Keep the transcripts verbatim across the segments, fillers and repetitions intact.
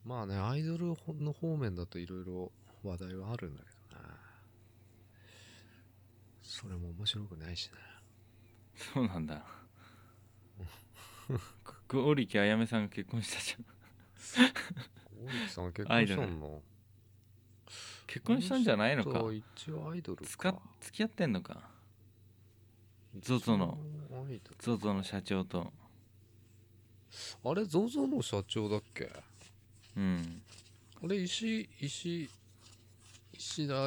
まあね、アイドルの方面だといろいろ話題はあるんだけどな。それも面白くないしな。 そうなんだ。ゴリキあやめさんが結婚したじゴーリキさん結婚ゃん。アイドルしたの？ 結婚したんじゃないのか。 一応アイドルつかか。 付き合ってんのか。 一応ゾゾ のアイドル。 ゾゾの社長と。 あれ、ゾゾの社長だっけ？ うん。 あれ、石、石、石田、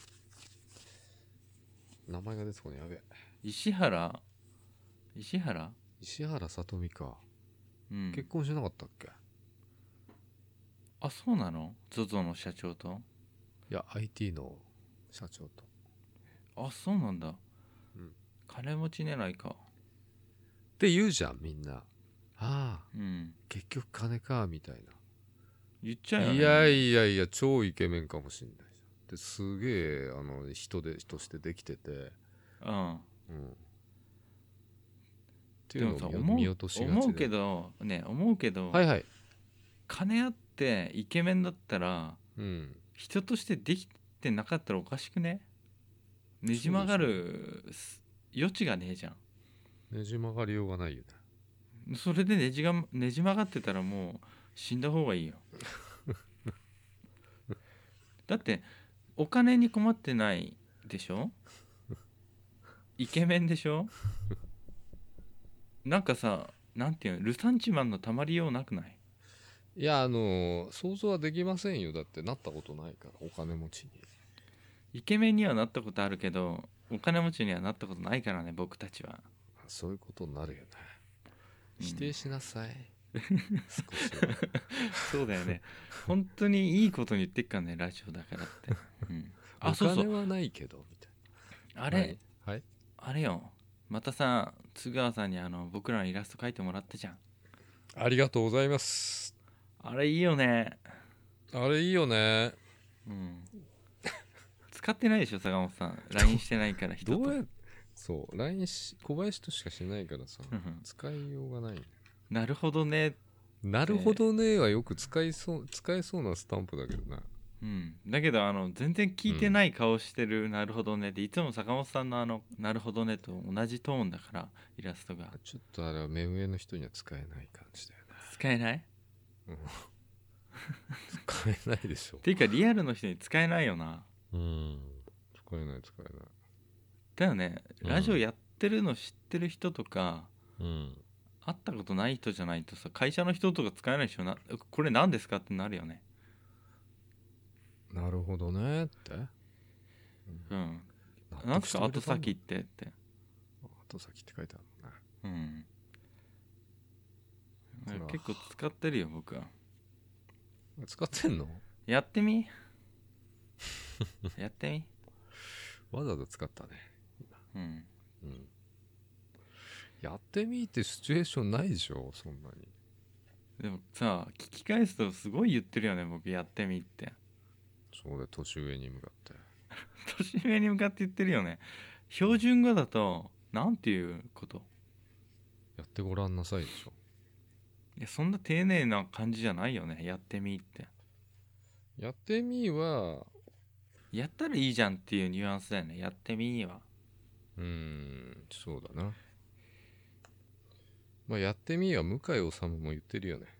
名前が出てこない、やべえ。 石原石原石原さとみか。 うん。 結婚しなかったっけ？ あ、そうなの？ ゾゾ の社長と。 いや、アイティー の社長と。 あ、そうなんだ。 うん。 金持ち狙いか。 って言うじゃん、みんな。ああ、 うん。 結局金か、みたいな。 言っちゃうよね。 いやいやいや、超イケメンかもしんないじゃん。ですげえ、あの、人で、としてできてて。 うん。 うん。っていでもさ、 うのを見思う見落としが思うちで。 けどね、思うけど、 はいはい。 金あってイケメンだったらうん。 人としてできてなかったらおかしくね？ねじ曲がる余地がねえじゃねじ曲がりようがないよね。 ん。それでねじがねじ曲がってたらもう死んだ方がいいよ。だってお金に困ってないでしょ？イケメンでしょ？なんかさ、なんていうの、ルサンチマンのたまりようなくない？ いや、あの、想像はできませんよ。だってなったことないから、お金持ちに。 イケメンにはなったことあるけどお金持ちにはなったことないからね、僕たちは。 そういうことになるよね。 うん、 否定しなさい。少しは。 そうだよね。本当にいいことに言ってっからね、ラジオだからって。うん、あ、 おそうそう。 金はないけど、みたいあれ、 な。何？はい。 あれよ。またさ、津川さんにあの僕らのイラスト描いてもらったじゃん。 ありがとうございます。 あれいいよね。 あれいいよね。 うん。使ってないでしょ、坂本さん。ライン してないから人と。 どうやそう、ライン し、小林としかしないからさ、 うん使いようがない。 なるほどね。 なるほどねはよく使いそう、使えそうなスタンプだけどな。 うん、だけどあの全然聞いてない顔してる、なるほどねでいつも坂本さんのあのなるほどねと同じトーンだからイラストがちょっとあれは目上の人には使えない感じだよね。 使えないっうん、使えないでしょ。 ていうかリアルの人に使えないよな。 うん。使えない使えない。 だよね、 うん。 ラジオやってるの知ってる人とかうん。 会ったことない人じゃないとさ、会社の人とか使えないでしょ。なこれ何ですかってなるよね。 なるほどねって。 うん納なんすか得してくれたんだ。 後先ってって後先って書いてあるうんこれは結構使ってるよ僕は。 ね。使ってんの？ やってみやってみわざわざ使ったね。 うんうん。やってみってシチュエーションないでしょ、そんなに。 でもさ、聞き返すとすごい言ってるよね、僕やってみって。 そうで、年上に向かって。 年上に向かって言ってるよね。標準語だと、なんていうこと？ やってごらんなさいでしょ。 いや、そんな丁寧な感じじゃないよね、やってみって。 やってみは、 やったらいいじゃんっていうニュアンスだよね、やってみは。 うーん、そうだな。まあ、やってみは向井治も言ってるよね。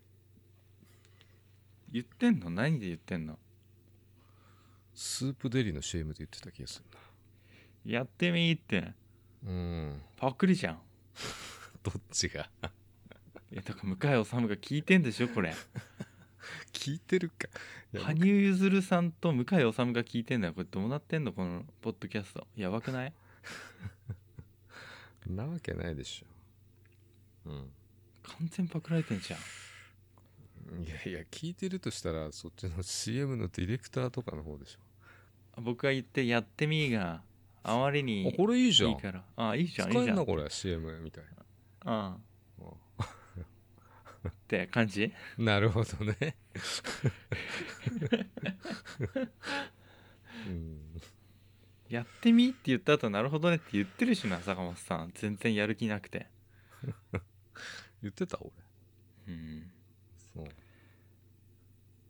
言ってんの？何で言ってんの？ スープデリの シーエム で言ってた気がするな。 やってみって。 うーん。 パクリじゃん。 どっちがいや、だから向井治が聞いてんでしょ、これ。 聞いてるか。いや、 羽生結弦さんと向井治が聞いてんだよ。これどうなってんのこのポッドキャスト。やばくない？ なわけないでしょ。うん。 完全パクられてんじゃん。 いやいや、聞いてるとしたら、そっちの シーエム のディレクターとかの方でし僕が言ってやってみがあまりょ。あ、 にこれいいじゃん。 いいから、あいいじゃんい使いじゃんって、 えんなこれ シーエム みたいあな。 って感じ。 なるほどね。うん。 やってみって言った後なるほどねって言ってるしな、坂本さん全然やる気なくて。 言ってた俺。 うんそう。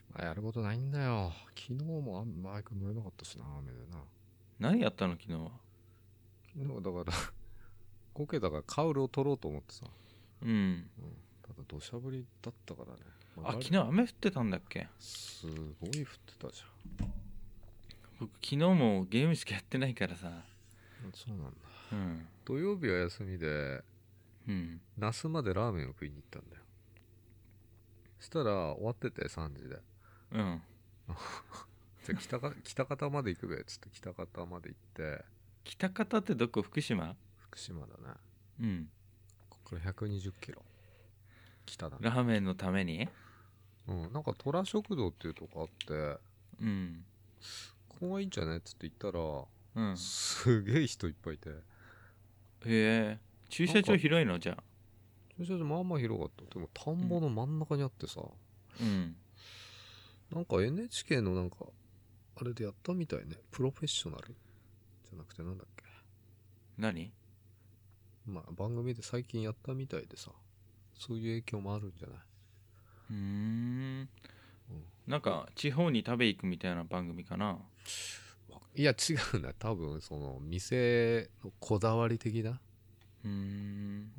あ、やることないんだよ。昨日もあんマイク乗れなかったしな、雨でな。 何やったの昨日は。 昨日だからこけたからカウルを取ろうと思ってさ、 うん。 うん、ただ土砂降りだったからね、まあ、 ガリ昨日雨降ってたんだっけ。 すごい降ってたじ僕昨日もゲームしかやってないからさ。 ゃん。そうなんだ。 うん土曜日は休みでうん那須までラーメンを食いに行ったんだよ。したら終わっててさんじで、 うんじゃあ北か北方まで行くべっつって北方まで行って、 北方ってどこ？福島？ 福島だね。 うんここからひゃくにじゅっキロ北だね。 ラーメンのために。 うん、なんか虎食堂っていうとこあって、 うんここがいいんじゃねっつって行ったら、 うんすげえ人いっぱいいて、 へえ。駐車場広いの？じゃあ。 駐車場まあまあ広かった。でも田んぼの真ん中にあってさ、 うんなんか エヌエイチケー のなんかあれでやったみたいね。プロフェッショナルじゃなくてなんだっけ、 何？ まあ番組で最近やったみたいでさ、そういう影響もあるんじゃない？ うーんうん、 なんか地方に食べ行くみたいな番組かな。 いや違うな、多分その店のこだわり的な、 うーん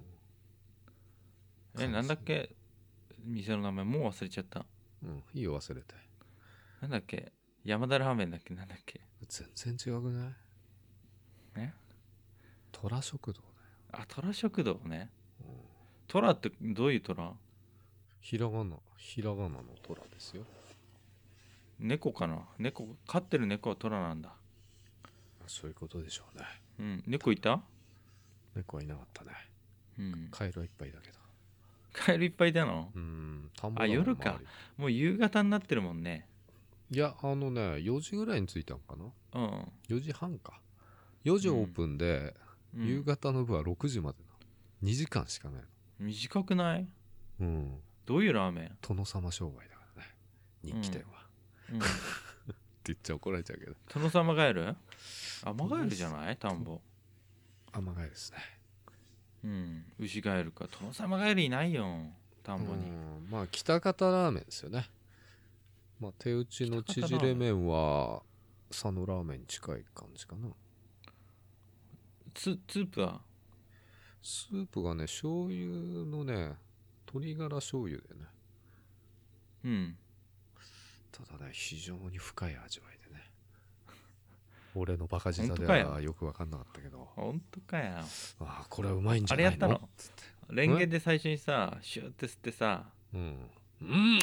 うん、 え、なんだっけ店の名前もう忘れちゃった。 うん、いいよ忘れて。 なんだっけ、山田ラーメンだっけ、なんだっけ。 全然違くない？ え虎食堂だよ。 あ、虎食堂ね。 うん、 虎ってどういう虎？ ひらがな、ひらがなの虎ですよ。 猫かな。猫、飼ってる猫は虎なんだ。 そういうことでしょうね。 うん、猫いた？ 猫はいなかったね。 うん。 カエルはいっぱいだけど。 カエルいっぱいいたの？ うん、田んぼあ、 だもん夜か周り。 もう夕方になってるもんね。 いや、あのね、よじぐらいに着いたんかな。 うんよじはんか。よじオープンで、 うん夕方の部はろくじまでなの。にじかんしかない短くない？ の。うん。 どういうラーメン？ 殿様商売だからね。人気店は。 うんって言っちゃ怒られちゃうけど。 殿様ガエル？アマガエルじゃない？田んぼ。 甘がいですね。 うん牛ガエルか。殿様ガエルいないよ田んぼに。 うん、まあ、北方ラーメンですよね。まあ、手打ちの縮れ麺は、佐野ラーメンに近い感じかな。 ススープは？ スープがね、醤油のね、鶏ガラ醤油でね。 うんただね、非常に深い味わいでね。俺のバカ舌でほんとかよはよく分かんなかったけど、 ほんとかよ。 ああ、これはうまいんじあゃないのれやったの？レンゲで最初にさシューって吸ってさ。 うん。うん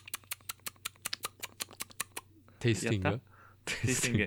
テイスティングやっテイスティン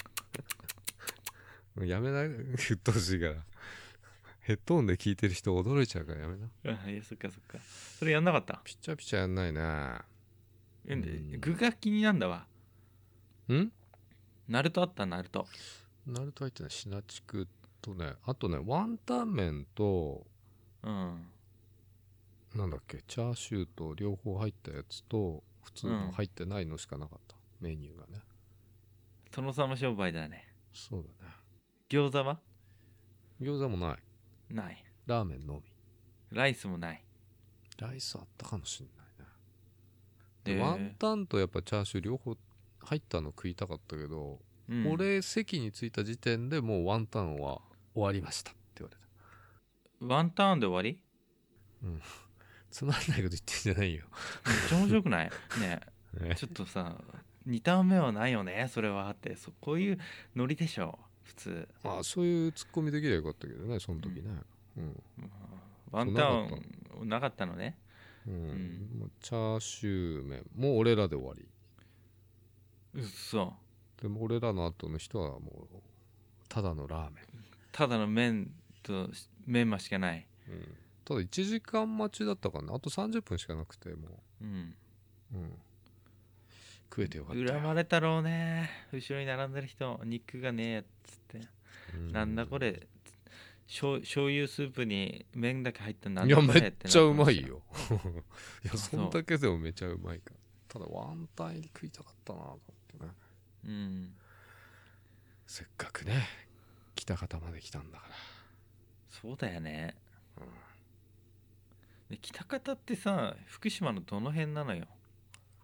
グ。 やめな、うっとうしいから。ヘッドホンで聞いてる人驚いちゃうからやめな。 うんいやそっかそっか。それやんなかった？ ピチャピチャやんないね。 えんでうん具が気になんだわ。 んナルトあった？ナルト。 ナルト入ってない。シナチクとね、あとね、ワンタン麺と、 うんなんだっけ、チャーシューと両方入ったやつと、普通の入ってないのしかなかった。メニューがね。 殿様商売だね。 そうだね。 餃子は？ 餃子もない。 ない。 ラーメンのみ。 ライスもない。 ライスあったかもしんないね。 ででワンタンとやっぱチャーシュー両方入ったの食いたかったけど、 うん俺席に着いた時点でもうワンタンは終わりましたって言われた。 ワンターンで終わり？ つまんないこと言ってんじゃないよ。 めっちゃ面白くない？ねねえちょっとさにターン目はないよねそれはってそこういうノリでしょ普通。 まあそういうツッコミできればよかったけどね、その時ね。うん。 うんワンターンなかったのね。 うん。 んもうチャーシュー麺もう俺らで終わり。 うっそ。 でも俺らの後の人はもうただのラーメン。 ただの麺とメンマしかない。 うん。ただいちじかん待ちだったからね。あとさんじゅっぷんしかなくてもうんう。うん。食えてよかったよ。 恨まれたろうね後ろに並んでる人肉がねえっつって、 うんなんだこれ醤醤油スープに麺だけ入ったなんいやだこれめっちゃうまいよ。 よいやそんだけでもめちゃうまいからただワンタン入り食いたかったなと思ってね。 うんせっかくね北方まで来たんだからそうだよね。 うんで北方ってさ福島のどの辺なのよ？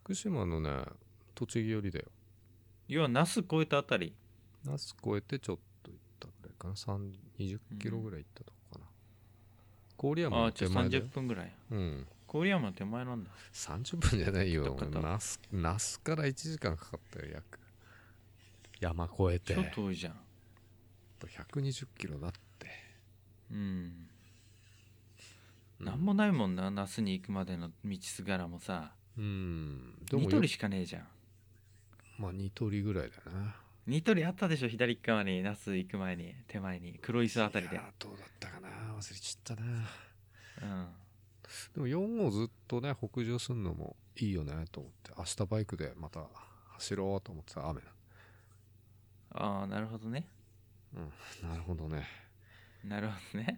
福島のね栃木寄りだよ。 要は那須越えたあたり。 那須越えてちょっと行ったぐらいかな。さんにじゅっキロぐらい行ったとこかな。郡山のああ、じゃあ30 手前だよ。 分ぐらい。 うん郡山の手前なんだ。 さんじゅっぷんじゃないよ。 どっかと那須那須からいちじかんかかったよ約。山越えて超遠いじゃん。 ひゃくにじゅっキロだって。 うん。 うんなんもないもんな、那須に行くまでの道すがらもさ。 うんでもよニトリしかねえじゃん。 まあニトリぐらいだよな。 ニトリあったでしょ、左側に、那須行く前に、手前に、黒磯あたりで。 いやーどうだったかな、忘れちゃったな。 うん。 でもよん号ずっとね北上するのもいいよねと思って、明日バイクでまた走ろうと思ってた。雨な。 ああ、なるほどね。 うんなるほどね。 なるほどね。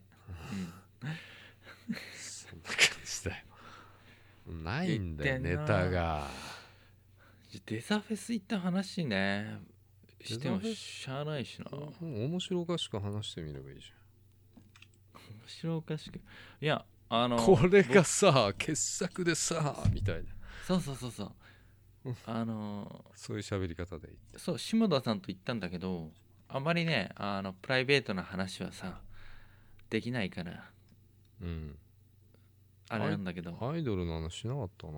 そんな感じだよ。ないんだよネ言ってんなタが。 うん。デザフェス行った話ね。してもデザフェスしゃあないしな。面うん面白おかしく話してみればいいじ白おかしく。いや、あの、 ゃん。これが僕さ傑作でさみたいな、 そうそうそうそううん。 あの、 そういう喋り方でいい。 そう、下田さんと行ったんだけど、あまりね、あの、プライベートな話はさ、できないから、 うんあれなんだけど、 アイドルの話しなかったな。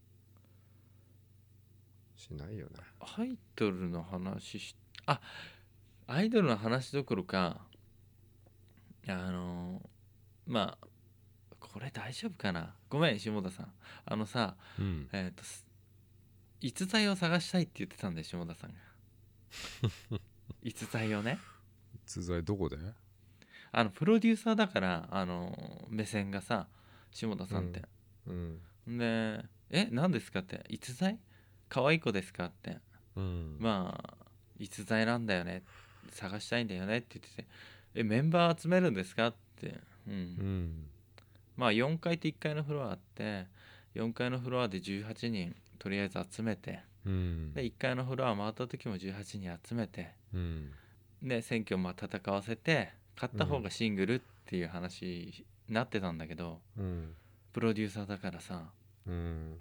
しないよね。 アイドルの話し、あ、アイドルの話どころか、あの、まあ、これ大丈夫かな、ごめん、下田さん。あのさ、 うんえっ、と、す逸材を探したいって言ってたんで、下田さんが。逸材をね。 実在どこで？ あの、プロデューサーだから、あの、目線がさ、下田さんって。 うんで、え、何ですかって、逸材可愛い子ですかって。 うんまあ、逸材なんだよね。探したいんだよねって言ってて、え、メンバー集めるんですかって。うん。 うんまあ、よんかいといっかいのフロアあって、よんかいのフロアでじゅうはちにんとりあえず集めて、 うんで、いっかいのフロア回った時もじゅうはちにん集めて、 うんで、選挙をまあ戦わせて、勝った方がシングルっていう話になってたんだけど、 うんプロデューサーだからさ、 うん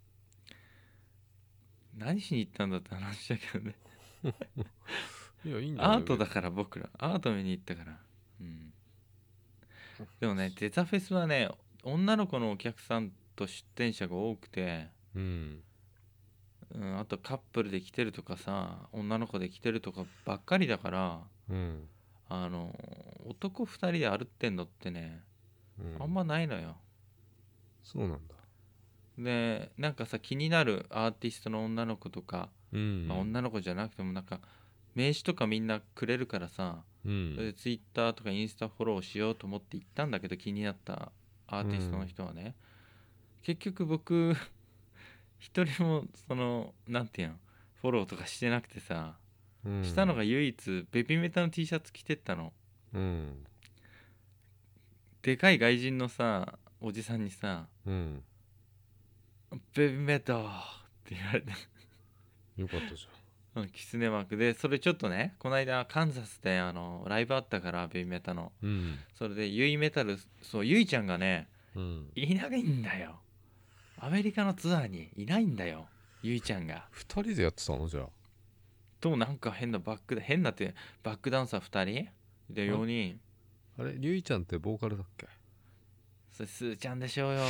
何しに行ったんだって話だけどね。 いやいいんだよアートだから僕らアート見に行ったから。うんでもね、デザフェスはね、女の子のお客さんと出店者が多くて、 うんうん、あとカップルで来てるとかさ、女の子で来てるとかばっかりだから、 うんあの男ふたりで歩ってんのってね、 うんあんまないのよ。 そうなんだ。 で、なんかさ、気になるアーティストの女の子とか、 うんまあ、女の子じゃなくてもなんか名刺とかみんなくれるからさ、 うんそれでツイッターとかインスタフォローしようと思って行ったんだけど、気になったアーティストの人はね、結局僕一人もそのなんていうの、フォローとかしてなくてさ、 うんしたのが唯一ベビーメタの T シャツ着てったの。 うんでかい外人のさおじさんにさうんベビーメタって言われて、 よかったじうんキツネマークで、それちょっとね、この間カンザスであのライブあったから、ベビーメタの、 ゃん。うんそれでユイメタル、そうユイちゃんがねうんいないんだよ。アメリカのツアーにいないんだよ、ゆいちゃんが。 ふたりでやってたのじゃあ。 となんか変なバックで変なってバックダンサーふたりでよにん。 あれりゅういちゃんってボーカルだっけ？ それスーちゃんでしょうよ。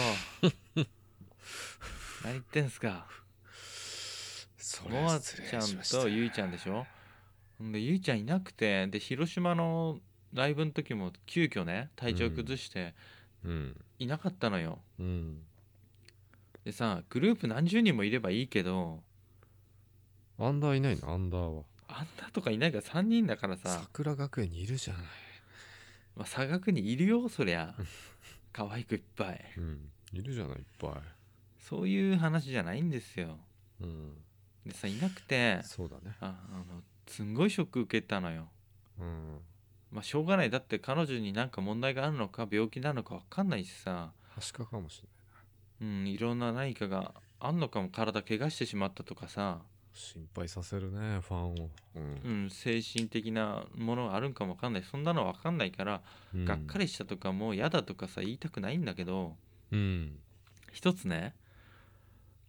何言ってんすか。 そモアちゃんとゆいちゃんでしょ。ほんでゆいちゃんいなくて、で広島のライブの時も急遽ね体調崩してうんいなかったのよ。 うんでさ、グループ何十人もいればいいけど、 アンダーいないの？アンダーはあんなとかいないからさんにんだからさ、 桜学園にいるじゃない。 まあ、佐賀区にいるよそりゃ。可愛くいっぱい。 うんいるじゃないいっぱい。 そういう話じゃないんですよ。 うんでさ、いなくて、 そうだね。 ああのすんごいショック受けたのよ。 うんまあしょうがない。だって彼女になんか問題があるのか病気なのか分かんないしさ、 はしかかもしれない。 うん、いろんな何かがあんのかも。体怪我してしまったとかさ、 心配させるねファンを。うんうん、精神的なものがあるんかも分かんない。そんなの分かんないから、 うんがっかりしたとかもう嫌だとかさ言いたくないんだけど、 うん一つね、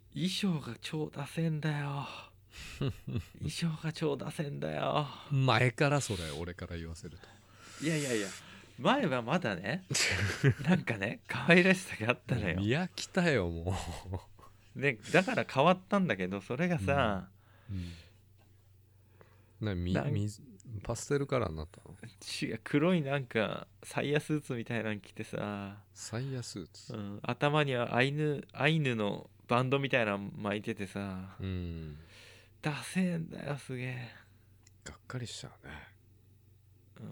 衣装が超ダセんだよ。衣装が超ダセんだよ。 前からそれ俺から言わせるといやいやいや、前はまだね、なんかね、可愛らしさがあったのよ。 見飽きたよもで、だから変わったんだけど、それがさ、 う、うんなみなんみパステルカラーになったの？ 違う、黒いなんかサイヤスーツみたいなの着てさ、 サイヤスーツうん、頭にはアイヌアイヌのバンドみたいなの巻いててさ、 うんダセえんだよ、すげえ。 がっかりしちゃうね。 うん、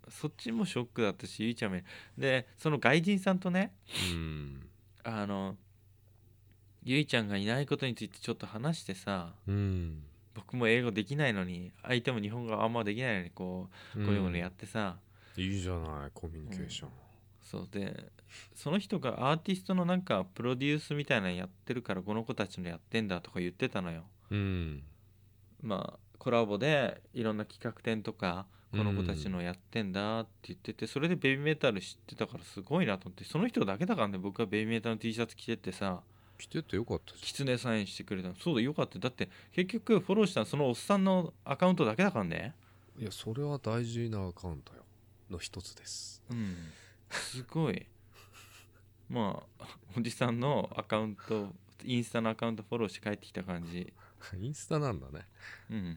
そっちもショックだったし、ゆいちゃんも。で、その外人さんとね、 うんあのゆいちゃんがいないことについてちょっと話してさ、 うん僕も英語できないのに、相手も日本語あんまできないのに、こうゴリゴリやってさ、 いいじゃないコミュニケーション、 そうで、その人がアーティストのなんかプロデュースみたいなのやってるから、この子たちのやってんだとか言ってたのよ。 うんまあコラボでいろんな企画展とかこの子たちのやってんだって言ってて、それでベビーメタル知ってたからすごいなと思って。その人だけだからね、僕はベビーメタルの T シャツ着てってさ、 来ててよかったじキツネサインしてくれたの。そうだ、よかった。だって結局フォローしたのそのおっさんのアカウントだけだからね。 ゃん。いやそれは大事なアカウントよの一つです。 うんすごい。まあおじさんのアカウント、インスタのアカウントフォローして帰ってきた感じ。 インスタなんだね。 うん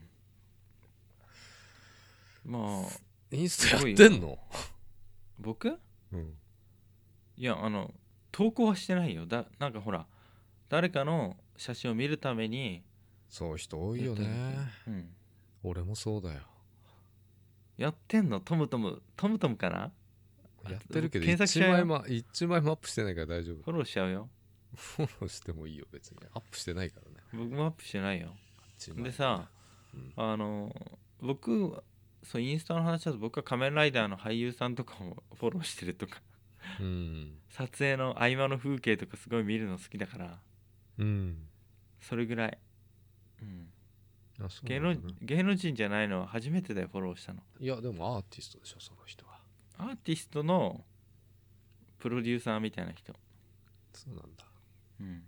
まあインスタやってんの？ 僕うんいや、あの投稿はしてないよ。だなんかほら、誰かの写真を見るためにそういう人多いよやってるだね。 け。うん俺もそうだよ。 やってんの。トムトムトムトムかな。 やってるけど検索しちゃうよ。 一枚も一枚もアップしてないから大丈夫。 フォローしちゃうよ。 フォローしてもいいよ別に。アップしてないからね。 僕もアップしてないよ。 一枚もねでさ、 うんあの僕そうインスタの話だと、僕は仮面ライダーの俳優さんとかもフォローしてるとか、 うん撮影の合間の風景とかすごい見るの好きだから、 うんそれぐらい。うんあそう芸能なんだね。 芸能人じゃないのは初めてだよ、フォローしたの。 いやでもアーティストでしょその人は。 アーティストのプロデューサーみたいな人。 そうなんだ。 うん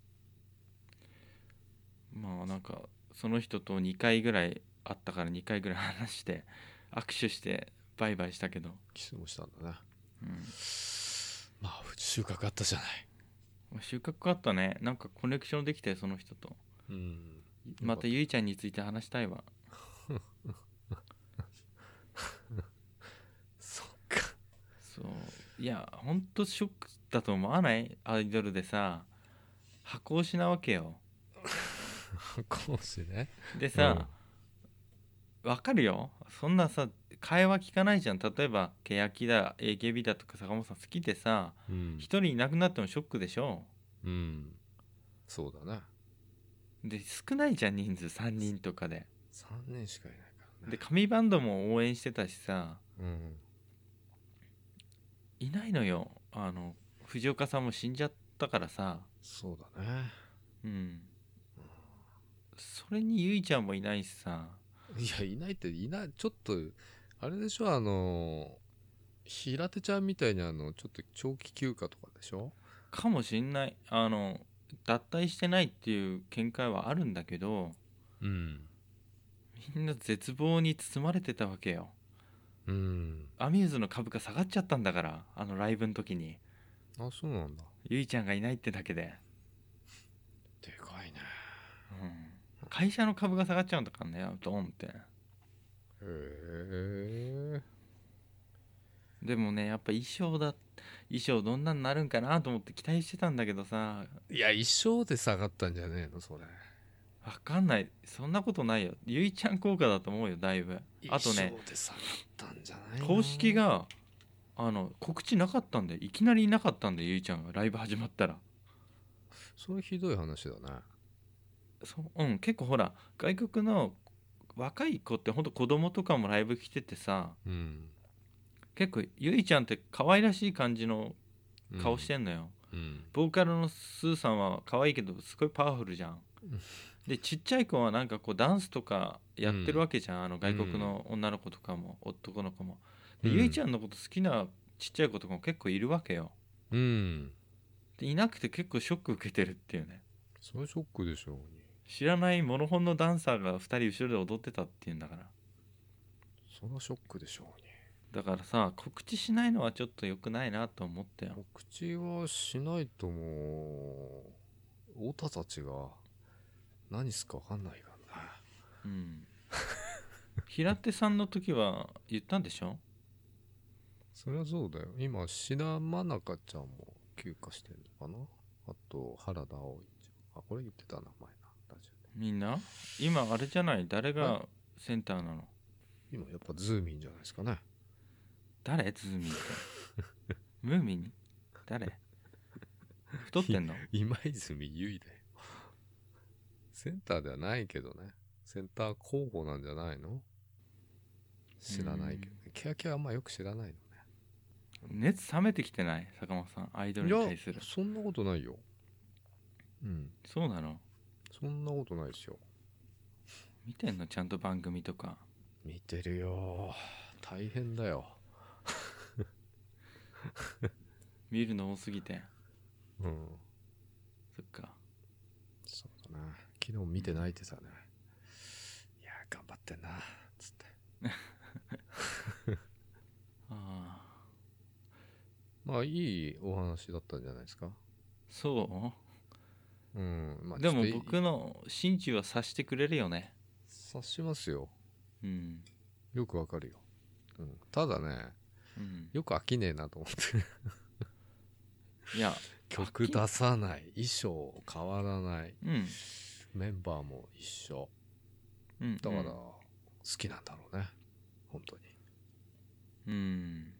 まあなんかその人とにかいぐらい会ったから、にかいぐらい話して握手してバイバイしたけど、 キスもしたんだね。 うんまあ収穫あったじゃない。 収穫あったね。なんかコネクションできて、その人と。 うんまたゆいちゃんについて話したいわ。 そっか。 そういや、ほんとショックだと思わない？アイドルでさ、箱推しなわけよ。 講師ね。 でさ、わかるよ、そんなさ会話聞かないじゃん。例えば欅だ エーケービー だとか坂本さん好きでさ、 うん一人いなくなってもショックでしょ。 うんそうだな。 で少ないじゃん、人数さんにんとかで。 さんねんしかいないからね。 で紙バンドも応援してたしさ、 うんいないのよ。あの藤岡さんも死んじゃったからさ。 そうだね。 うんそれにゆいちゃんもいないしさ。 いやいないっていないちょっとあれでしょあの平手ちゃんみたいにあのちょっと長期休暇とかでしょ。 かもしんない。あの脱退してないっていう見解はあるんだけど、 うんみんな絶望に包まれてたわけよ。 うんアミューズの株価下がっちゃったんだから、あのライブの時に。 あそうなんだ。 ゆいちゃんがいないってだけで、 でかいね。 うん、会社の株が下がっちゃうんだからね、ドンって。 へえ。 でもね、やっぱ衣装だ衣装どんなになるんかなと思って期待してたんだけどさ、 いや衣装で下がったんじゃねえのそれ。 わかんない。そんなことないよ。ゆいちゃん効果だと思うよ、だいぶ。あとね、 衣装で下がったんじゃないの。 公式があの告知なかったんで、いきなりいなかったんで、ゆいちゃんがライブ始まったら。 それひどい話だね。 そううん結構ほら、外国の若い子ってほんと子供とかもライブ来ててさ、 うん結構ゆいちゃんって可愛らしい感じの顔してんのよ。 うんボーカルのスーさんは可愛いけどすごいパワフルじゃん。でちっちゃい子はなんかこうダンスとかやってるわけじゃん、あの外国の女の子とかも男の子も。で、 うんゆいちゃんのこと好きなちっちゃい子とかも結構いるわけよ。 うんでいなくて結構ショック受けてるっていうね。 それはショックでしょうに。 知らないモノホンのダンサーがふたり後ろで踊ってたっていうんだから。 それはショックでしょうに。 だからさ、告知しないのはちょっと良くないなと思ったよ。 告知はしないともう太田たちが何すか分かんないからね。 うん平手さんの時は言ったんでしょ。 そりゃそうだよ。今志田真中ちゃんも休暇してるのかな。あと原田葵ちゃん、あこれ言ってたな前なラジオで。 みんな今あれじゃない、誰がセンターなの。 今やっぱズーミンじゃないですかね。 誰ズーミンってムーミン誰太ってんの。 今泉結衣だよ。センターではないけどね。センター候補なんじゃないの。知らないけど、ね、キャキャあんまよく知らないのね。 熱冷めてきてない坂本さん、アイドルに対する。 いやそんなことないよ。うんそうなの。 そんなことないですよ。 見てんのちゃんと番組とか。 見てるよ。大変だよ。 見るの多すぎて。 うんそっか。 そうだな。昨日見てないってさね、いや頑張ってんなつってああまあいいお話だったんじゃないですか。 そうんまあう。でもちょっとい僕の心中は察してくれるよね。 察しますよ。 うんよくわかるよ、うん、ただねうんよく飽きねえなと思っていや曲出さない衣装変わらない、 うんメンバーも一緒うんだから、 うん好きなんだろうね本当に。 うん